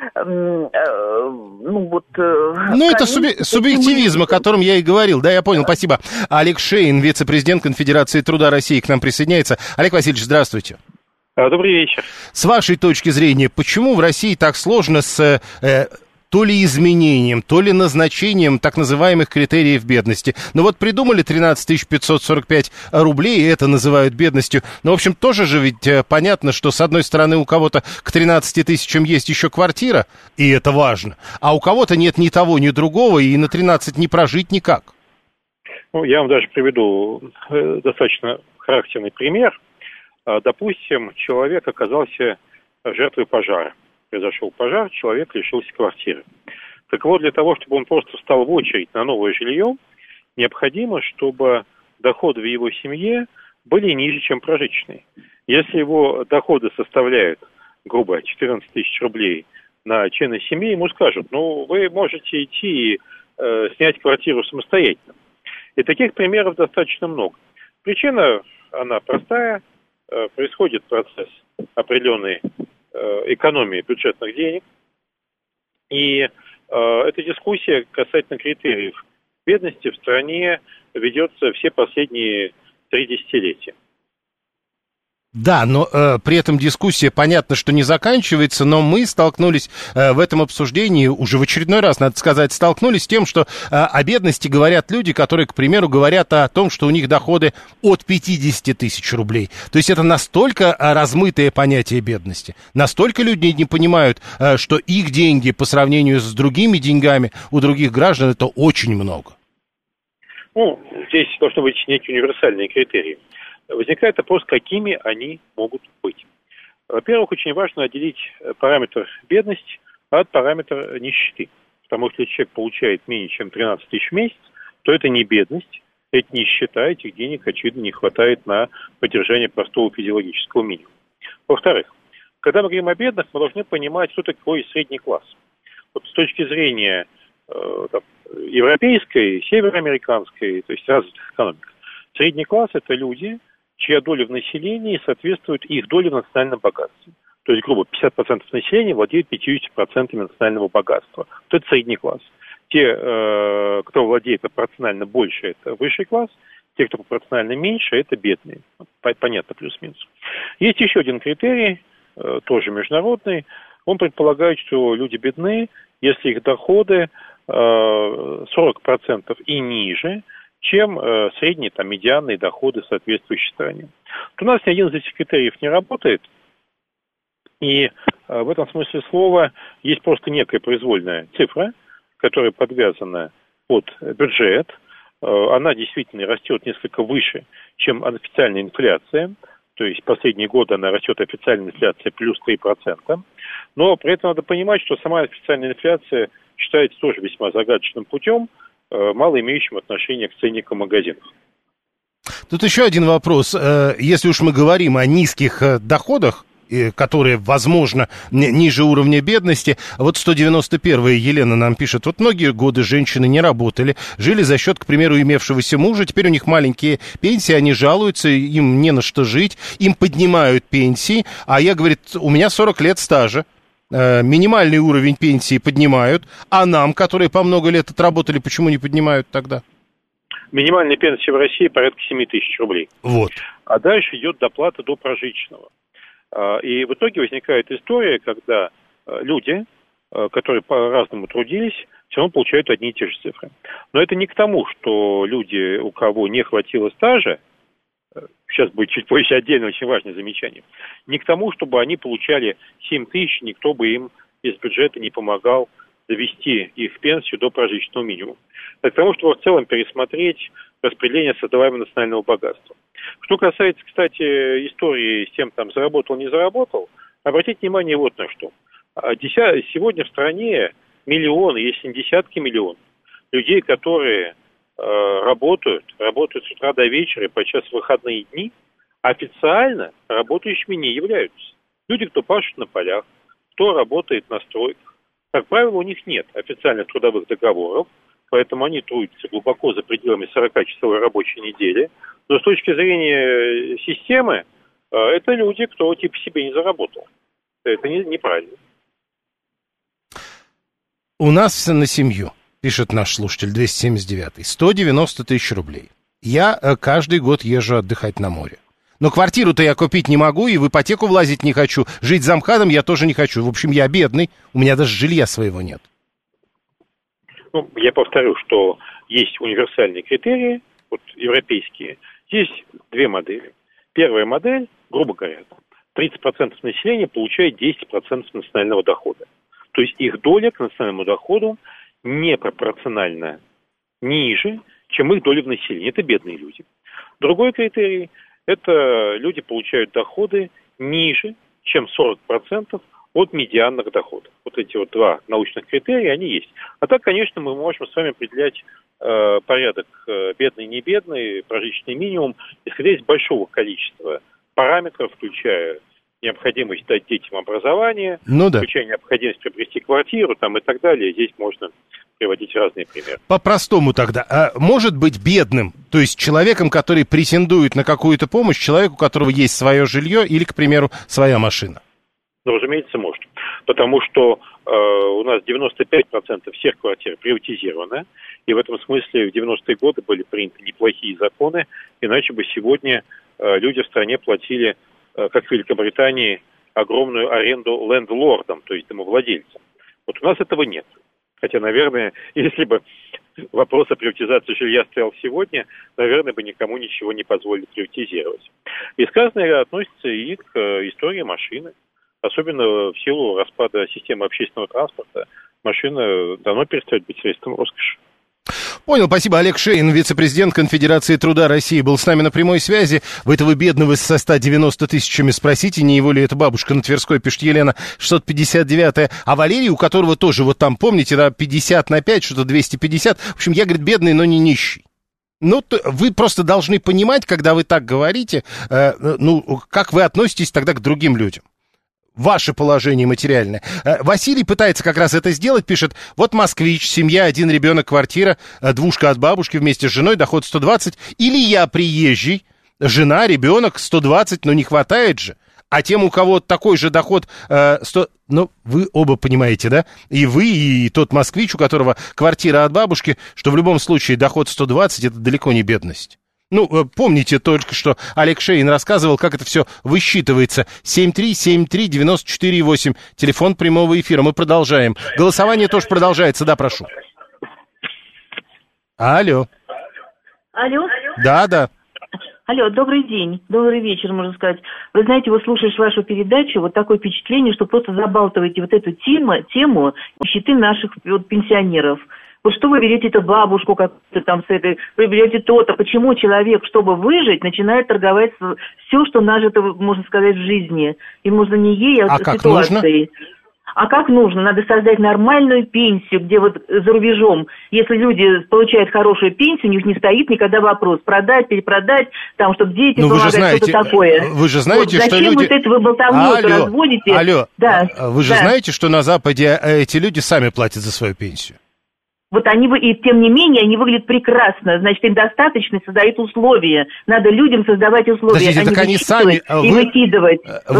это субъективизм, о котором я и говорил. Да, я понял, спасибо. Олег Шейн, вице-президент Конфедерации труда России, к нам присоединяется. Олег Васильевич, здравствуйте. Добрый вечер. С вашей точки зрения, почему в России так сложно с то ли изменением, то ли назначением так называемых критериев бедности? Придумали 13 545 рублей, и это называют бедностью. В общем, тоже же ведь понятно, что с одной стороны у кого-то к 13 тысячам есть еще квартира, и это важно, а у кого-то нет ни того, ни другого, и на 13 не прожить никак. Я вам даже приведу достаточно характерный пример. Допустим, человек оказался жертвой пожара. Произошел пожар, человек лишился квартиры. Так вот, для того, чтобы он просто встал в очередь на новое жилье, необходимо, чтобы доходы в его семье были ниже, чем прожиточные. Если его доходы составляют, грубо, 14 тысяч рублей на члена семьи, ему скажут: вы можете идти и снять квартиру самостоятельно. И таких примеров достаточно много. Причина, она простая. Происходит процесс определенной экономии бюджетных денег. И эта дискуссия касательно критериев бедности в стране ведется все последние 3 десятилетия. Да, но при этом дискуссия, понятно, что не заканчивается, но мы столкнулись в этом обсуждении, уже в очередной раз, надо сказать, столкнулись с тем, что о бедности говорят люди, которые, к примеру, говорят о том, что у них доходы от 50 тысяч рублей. То есть это настолько размытое понятие бедности, настолько люди не понимают, что их деньги по сравнению с другими деньгами у других граждан это очень много. Здесь должны быть некие универсальные критерии. Возникает вопрос, какими они могут быть. Во-первых, очень важно отделить параметр бедности от параметра нищеты. Потому что если человек получает менее чем 13 тысяч в месяц, то это не бедность, это нищета, этих денег, очевидно, не хватает на поддержание простого физиологического минимума. Во-вторых, когда мы говорим о бедных, мы должны понимать, что такое средний класс. С точки зрения европейской, североамериканской, то есть развитых экономик, средний класс – это люди, чья доля в населении соответствует их доле в национальном богатстве. То есть, грубо, 50% населения владеют 50% национального богатства. Вот это средний класс. Те, кто владеет пропорционально больше, это высший класс. Те, кто пропорционально меньше, это бедные. Понятно, плюс-минус. Есть еще один критерий, тоже международный. Он предполагает, что люди бедны, если их доходы 40% и ниже, чем средние медианные доходы соответствующей стране. У нас ни один из этих критериев не работает, и в этом смысле слова есть просто некая произвольная цифра, которая подвязана под бюджет. Она действительно растет несколько выше, чем официальная инфляция, то есть последние годы она растет, официальная инфляция плюс 3%, Но при этом надо понимать, что сама официальная инфляция считается тоже весьма загадочным путем, мало имеющим отношение к ценникам магазинов. Тут еще один вопрос. Если уж мы говорим о низких доходах, которые, возможно, ниже уровня бедности. Вот 191-я Елена нам пишет. Вот многие годы женщины не работали, жили за счет, к примеру, имевшегося мужа. Теперь у них маленькие пенсии, они жалуются, им не на что жить, им поднимают пенсии. А я, говорит, у меня 40 лет стажа. Минимальный уровень пенсии поднимают, а нам, которые по много лет отработали, почему не поднимают тогда? Минимальная пенсия в России порядка 7 тысяч рублей. Вот. А дальше идет доплата до прожиточного. И в итоге возникает история, когда люди, которые по-разному трудились, все равно получают одни и те же цифры. Но это не к тому, что люди, у кого не хватило стажа, сейчас будет чуть позже отдельно очень важное замечание, не к тому, чтобы они получали 7 тысяч, никто бы им из бюджета не помогал довести их пенсию до прожиточного минимума. А к тому, чтобы в целом пересмотреть распределение создаваемого национального богатства. Что касается, кстати, истории с тем, там, заработал, не заработал, обратите внимание вот на что. Сегодня в стране миллионы, если не десятки миллионов людей, которые работают с утра до вечера, подчас в выходные дни, официально работающими не являются. Люди, кто пашет на полях, кто работает на стройках. Как правило, у них нет официальных трудовых договоров, поэтому они трудятся глубоко за пределами 40-часовой рабочей недели. Но с точки зрения системы, это люди, кто типа себе не заработал. Это неправильно. У нас на семью, пишет наш слушатель 279-й, 190 тысяч рублей. Я каждый год езжу отдыхать на море. Но квартиру-то я купить не могу, и в ипотеку влазить не хочу. Жить за МХАТом я тоже не хочу. В общем, я бедный, у меня даже жилья своего нет. Ну, я повторю, что есть универсальные критерии, вот европейские. Есть две модели. Первая модель, грубо говоря, 30% населения получает 10% национального дохода. То есть их доля к национальному доходу непропорционально ниже, чем их доля в населении. Это бедные люди. Другой критерий – это люди получают доходы ниже, чем 40% от медианных доходов. Вот эти вот два научных критерия, они есть. А так, конечно, мы можем с вами определять порядок бедный, не бедный, прожиточный минимум, исходя из большого количества параметров, включая необходимость дать детям образование, включая необходимость приобрести квартиру там, и так далее. Здесь можно приводить разные примеры. По-простому тогда. Может быть бедным, то есть человеком, который претендует на какую-то помощь, человеку, у которого есть свое жилье или, к примеру, своя машина? Ну, разумеется, может. Потому что у нас 95% всех квартир приватизировано, и в этом смысле в 90-е годы были приняты неплохие законы, иначе бы сегодня люди в стране платили, как в Великобритании, огромную аренду лендлордам, то есть домовладельцам. Вот у нас этого нет. Хотя, наверное, если бы вопрос о приватизации жилья стоял сегодня, наверное, бы никому ничего не позволили приватизировать. И сказанное относится и к истории машины. Особенно в силу распада системы общественного транспорта, машина давно перестает быть средством роскоши. Понял, спасибо. Олег Шейн, вице-президент Конфедерации труда России, был с нами на прямой связи. Вы этого бедного со 190 тысячами спросите, не его ли это бабушка на Тверской, пишет Елена, 659-я. А Валерий, у которого тоже вот там, помните, да, 50 на 5, что-то 250. В общем, я, говорит, бедный, но не нищий. Ну, вы просто должны понимать, когда вы так говорите, как вы относитесь тогда к другим людям. Ваше положение материальное. Василий пытается как раз это сделать, пишет, вот москвич, семья, один ребенок, квартира, двушка от бабушки вместе с женой, доход 120. Или я приезжий, жена, ребенок, 120, но не хватает же. А тем, у кого такой же доход 100... Ну, вы оба понимаете, да? И вы, и тот москвич, у которого квартира от бабушки, что в любом случае доход 120, это далеко не бедность. Ну, помните только, что Олег Шейн рассказывал, как это все высчитывается. 7373948, телефон прямого эфира. Мы продолжаем. Голосование тоже продолжается, да, прошу. Алло. Алло. Да. Алло, добрый день, добрый вечер, можно сказать. Вы знаете, вот слушаешь вашу передачу, вот такое впечатление, что просто забалтываете вот эту тему нищеты наших вот, пенсионеров. Вот что вы берете эту бабушку как-то там с этой, вы берете то-то. Почему человек, чтобы выжить, начинает торговать все, что нажито, можно сказать, в жизни? И можно не ей, а ситуацией. А как нужно? Надо создать нормальную пенсию, где вот за рубежом, если люди получают хорошую пенсию, у них не стоит никогда вопрос продать, перепродать, там, чтобы дети помогать, что-то такое. Вы же знаете, вот, что люди... вот это вы болтовню разводите? Алло, да, вы же знаете, что на Западе эти люди сами платят за свою пенсию? Вот они, и тем не менее, они выглядят прекрасно. Значит, им достаточно создают условия. Надо людям создавать условия. Подождите, так они сами... И выкидывать.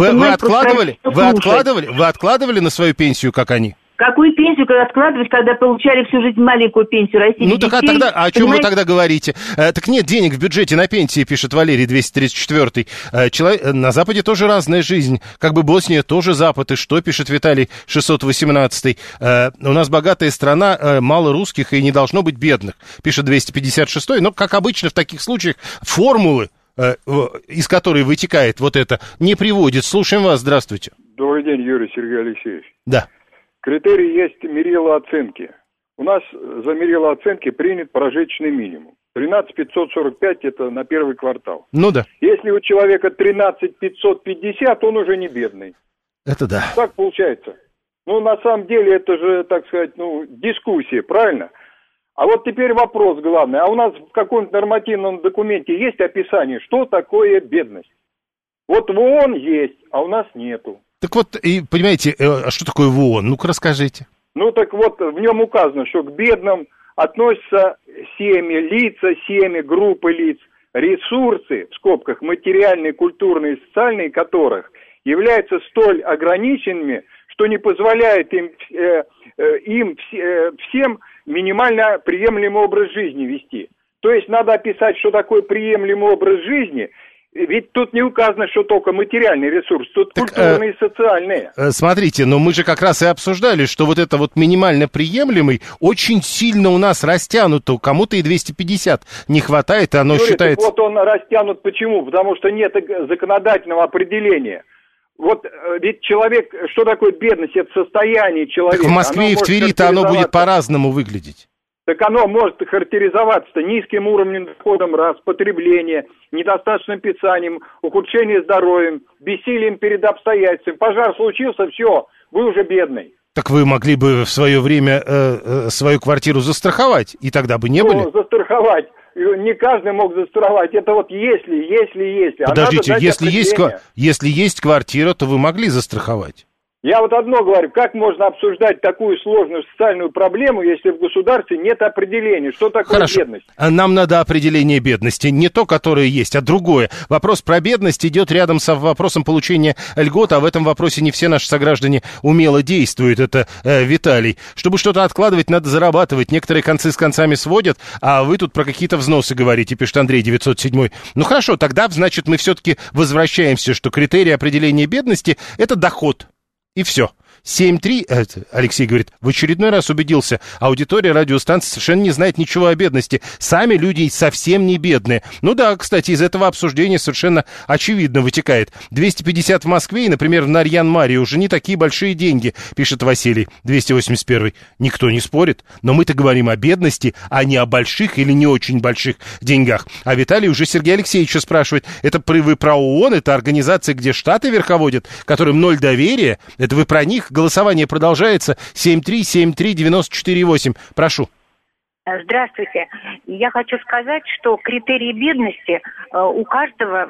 Вы откладывали на свою пенсию, как они? Какую пенсию откладывать, когда получали всю жизнь маленькую пенсию России? Ну так детей, тогда, о чем вы тогда говорите? Так нет денег в бюджете на пенсии, пишет Валерий 234-й. На Западе тоже разная жизнь. Как бы Босния тоже Запад. И что, пишет Виталий 618-й? У нас богатая страна, мало русских и не должно быть бедных, пишет 256-й. Но, как обычно в таких случаях, формулы, из которой вытекает вот это, не приводит. Слушаем вас, здравствуйте. Добрый день, Юрий Сергей Алексеевич. Да. Критерий есть мерило оценки. У нас за мерило оценки принят прожиточный минимум. 13 545 это на первый квартал. Ну да. Если у человека 13 550, он уже не бедный. Это да. Так получается. Ну, на самом деле, это же, так сказать, дискуссия, правильно? А вот теперь вопрос главный. А у нас в каком-то нормативном документе есть описание, что такое бедность? Вот в ООН есть, а у нас нету. Так вот, и понимаете, а что такое в ООН? Ну-ка расскажите. Ну так вот, в нем указано, что к бедным относятся семьи, группы лиц, ресурсы, в скобках, материальные, культурные, социальные, которых являются столь ограниченными, что не позволяет им всем минимально приемлемый образ жизни вести. То есть надо описать, что такое приемлемый образ жизни. Ведь тут не указано, что только материальный ресурс, тут так, культурные и социальные. Смотрите, но мы же как раз и обсуждали, что вот это вот минимально приемлемый очень сильно у нас растянуто, кому-то и 250 не хватает, и оно Юрий, считается... Вот он растянут почему? Потому что нет законодательного определения. Вот ведь человек, что такое бедность? Это состояние человека. Так в Москве и в Твери-то оно будет по-разному выглядеть. Так оно может характеризоваться низким уровнем дохода, раз, потребления, недостаточным питанием, ухудшением здоровья, бессилием перед обстоятельствами. Пожар случился, все, вы уже бедный. Так вы могли бы в свое время свою квартиру застраховать, и тогда бы не были? Застраховать. Не каждый мог застраховать. Это вот если. Подождите, если есть квартира, то вы могли застраховать. Я вот одно говорю, как можно обсуждать такую сложную социальную проблему, если в государстве нет определения, что такое бедность? Нам надо определение бедности, не то, которое есть, а другое. Вопрос про бедность идет рядом с вопросом получения льгот, а в этом вопросе не все наши сограждане умело действуют, это Виталий. Чтобы что-то откладывать, надо зарабатывать, некоторые концы с концами сводят, а вы тут про какие-то взносы говорите, пишет Андрей 907. Ну хорошо, тогда, значит, мы все-таки возвращаемся, что критерий определения бедности – это доход. И все. 7.3, Алексей говорит, в очередной раз убедился, аудитория радиостанции совершенно не знает ничего о бедности. Сами люди совсем не бедные. Ну да, кстати, из этого обсуждения совершенно очевидно вытекает. 250 в Москве и, например, в Нарьян-Маре уже не такие большие деньги, пишет Василий, 281. Никто не спорит, но мы-то говорим о бедности, а не о больших или не очень больших деньгах. А Виталий уже Сергей Алексеевича спрашивает, это вы про ООН, это организация, где Штаты верховодят, которым 0 доверия, это вы про них? Голосование продолжается. 7373948. Прошу. Здравствуйте. Я хочу сказать, что критерии бедности у каждого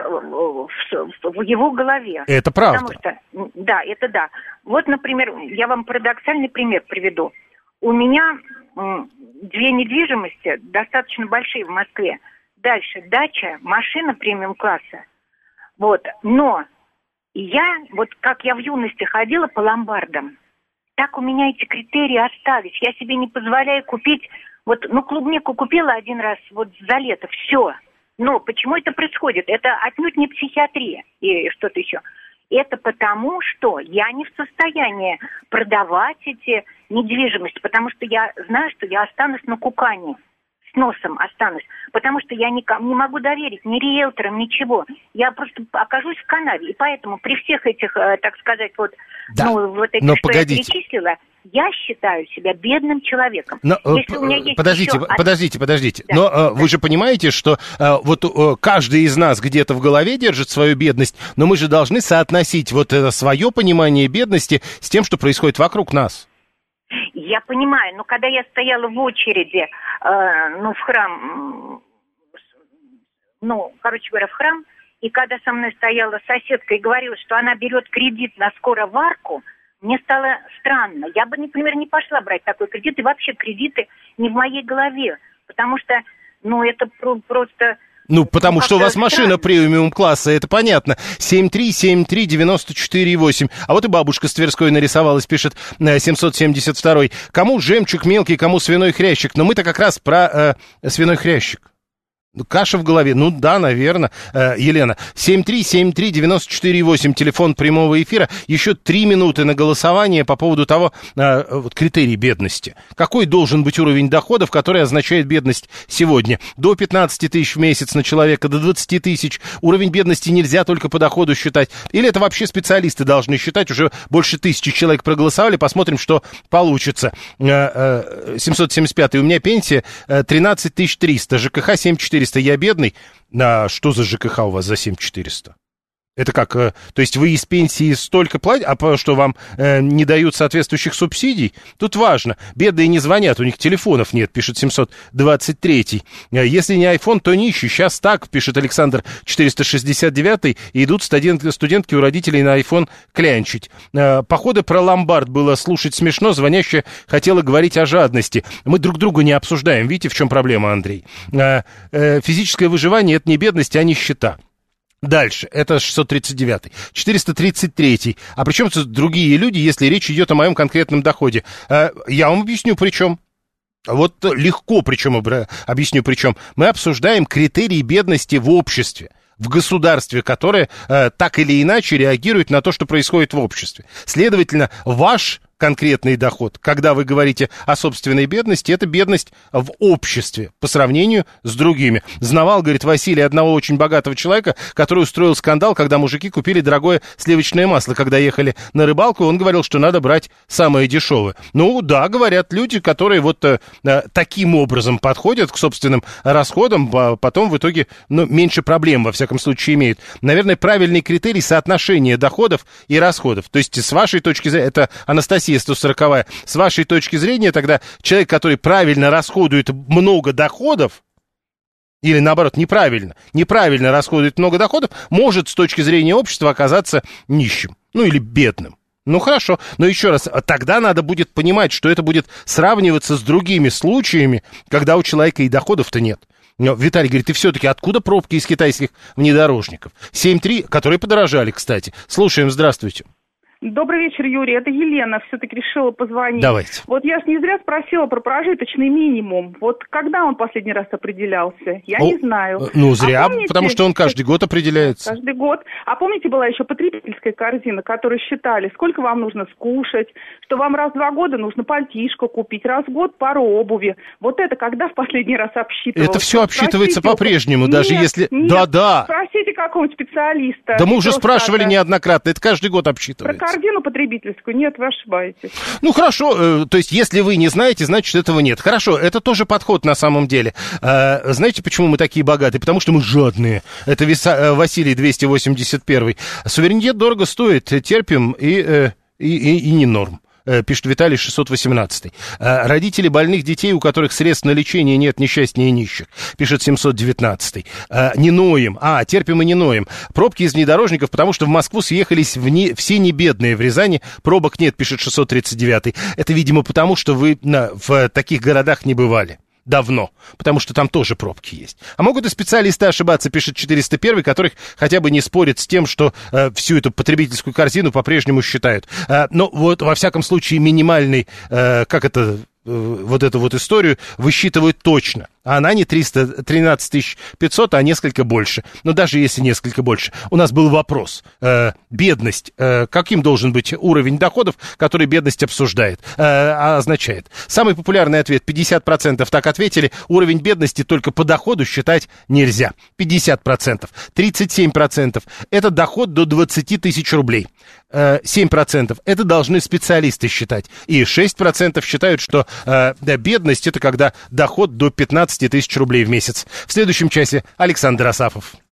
в его голове. Это правда. Потому что, да, это да. Вот, например, я вам парадоксальный пример приведу. У меня 2 недвижимости достаточно большие в Москве. Дальше дача, машина премиум-класса. Вот. Но я, вот как я в юности ходила по ломбардам, так у меня эти критерии остались. Я себе не позволяю купить, клубнику купила один раз вот за лето, все. Но почему это происходит? Это отнюдь не психиатрия и что-то еще. Это потому, что я не в состоянии продавать эти недвижимости, потому что я знаю, что я останусь на кукане. Носом останусь, потому что я никому не могу доверить, ни риэлторам, ничего. Я просто окажусь в канаве, и поэтому при всех этих, так сказать, да. вот этих, но что погодите. я перечислила, Я считаю себя бедным человеком. Но, если у меня есть подождите. Да, Но вы же понимаете, что каждый из нас где-то в голове держит свою бедность, но мы же должны соотносить вот это свое понимание бедности с тем, что происходит вокруг нас. Я понимаю, но когда я стояла в очереди, в храм, в храм, и когда со мной стояла соседка и говорила, что она берет кредит на скороварку, мне стало странно. Я бы, например, не пошла брать такой кредит, и вообще кредиты не в моей голове, потому что, это просто... Потому что у вас машина премиум-класса, это понятно. 7373948. А вот и бабушка с Тверской нарисовалась, пишет 772. Кому жемчуг мелкий, кому свиной хрящик. Но мы-то как раз про свиной хрящик. Каша в голове. Да, наверное, Елена. 7373948, телефон прямого эфира. Еще 3 минуты на голосование по поводу того, критерий бедности. Какой должен быть уровень доходов, который означает бедность сегодня? До 15 тысяч в месяц на человека, до 20 тысяч. Уровень бедности нельзя только по доходу считать. Или это вообще специалисты должны считать? Уже больше 1000 человек проголосовали. Посмотрим, что получится. 775. У меня пенсия 13 300. ЖКХ 7400. Я бедный. Что за ЖКХ у вас за 7400? Это как, то есть вы из пенсии столько платите, а что вам не дают соответствующих субсидий? Тут важно. Бедные не звонят, у них телефонов нет, пишет 723. Если не iPhone, то нищий. Сейчас так, пишет Александр 469. И идут студентки у родителей на iPhone клянчить. Походу, про ломбард было слушать смешно, звонящая хотела говорить о жадности. Мы друг друга не обсуждаем. Видите, в чем проблема, Андрей? Физическое выживание — это не бедность, а нищета. Дальше, это 639-й. 433-й. А при чем тут другие люди, если речь идет о моем конкретном доходе? Я вам объясню, при чем. Вот легко, причем объясню, при чем. Мы обсуждаем критерии бедности в обществе, в государстве, которое так или иначе реагирует на то, что происходит в обществе. Следовательно, ваш конкретный доход, когда вы говорите о собственной бедности, это бедность в обществе по сравнению с другими. Знавал, говорит Василий, одного очень богатого человека, который устроил скандал, когда мужики купили дорогое сливочное масло. Когда ехали на рыбалку, он говорил, что надо брать самое дешевое. Да, говорят люди, которые таким образом подходят к собственным расходам, потом в итоге меньше проблем, во всяком случае, имеют. Наверное, правильный критерий соотношения доходов и расходов. То есть, с вашей точки зрения, это Анастасия 140-я, с вашей точки зрения, тогда человек, который правильно расходует много доходов, или наоборот, неправильно расходует много доходов, может с точки зрения общества оказаться нищим, или бедным. Хорошо, но еще раз, тогда надо будет понимать, что это будет сравниваться с другими случаями, когда у человека и доходов-то нет. Виталий говорит, и все-таки откуда пробки из китайских внедорожников? 7.3, которые подорожали, кстати. Слушаем, здравствуйте. Добрый вечер, Юрий. Это Елена. Все-таки решила позвонить. Давайте. Я же не зря спросила про прожиточный минимум. Когда он последний раз определялся? Я не знаю. Зря, потому что он каждый год определяется. Каждый год. А помните, была еще потребительская корзина, которую считали, сколько вам нужно скушать, что вам раз в 2 года нужно пальтишко купить, раз в год пару обуви. Это когда в последний раз обсчитывалось? Это все обсчитывается по-прежнему, даже если... Да-да. Спросите какого-нибудь специалиста. Да мы уже спрашивали неоднократно, это каждый год обсчитывается. Корзину потребительскую? Нет, вы ошибаетесь. Хорошо, то есть если вы не знаете, значит этого нет. Хорошо, это тоже подход на самом деле. Знаете, почему мы такие богатые? Потому что мы жадные. Это Василий 281. Суверенитет дорого стоит, терпим и не норм. Пишет Виталий 618. Родители больных детей, у которых средств на лечение нет, несчастнее нищих. Пишет 719. Не ноем. Терпим и не ноем. Пробки из внедорожников, потому что в Москву съехались все небедные. В Рязани пробок нет, пишет 639. Это, видимо, потому что вы в таких городах не бывали. Давно, потому что там тоже пробки есть. А могут и специалисты ошибаться, пишет 401, которых хотя бы не спорят с тем, что всю эту потребительскую корзину по-прежнему считают. Но во всяком случае минимальный, эту историю высчитывают точно. А она не 13 500, а несколько больше. Но даже если несколько больше. У нас был вопрос. Бедность. Каким должен быть уровень доходов, который бедность означает? Самый популярный ответ. 50% так ответили. Уровень бедности только по доходу считать нельзя. 50%. 37% это доход до 20 тысяч рублей. 7% это должны специалисты считать. И 6% считают, что бедность это когда доход до 15 тысяч рублей в месяц. В следующем часе Александр Асафов.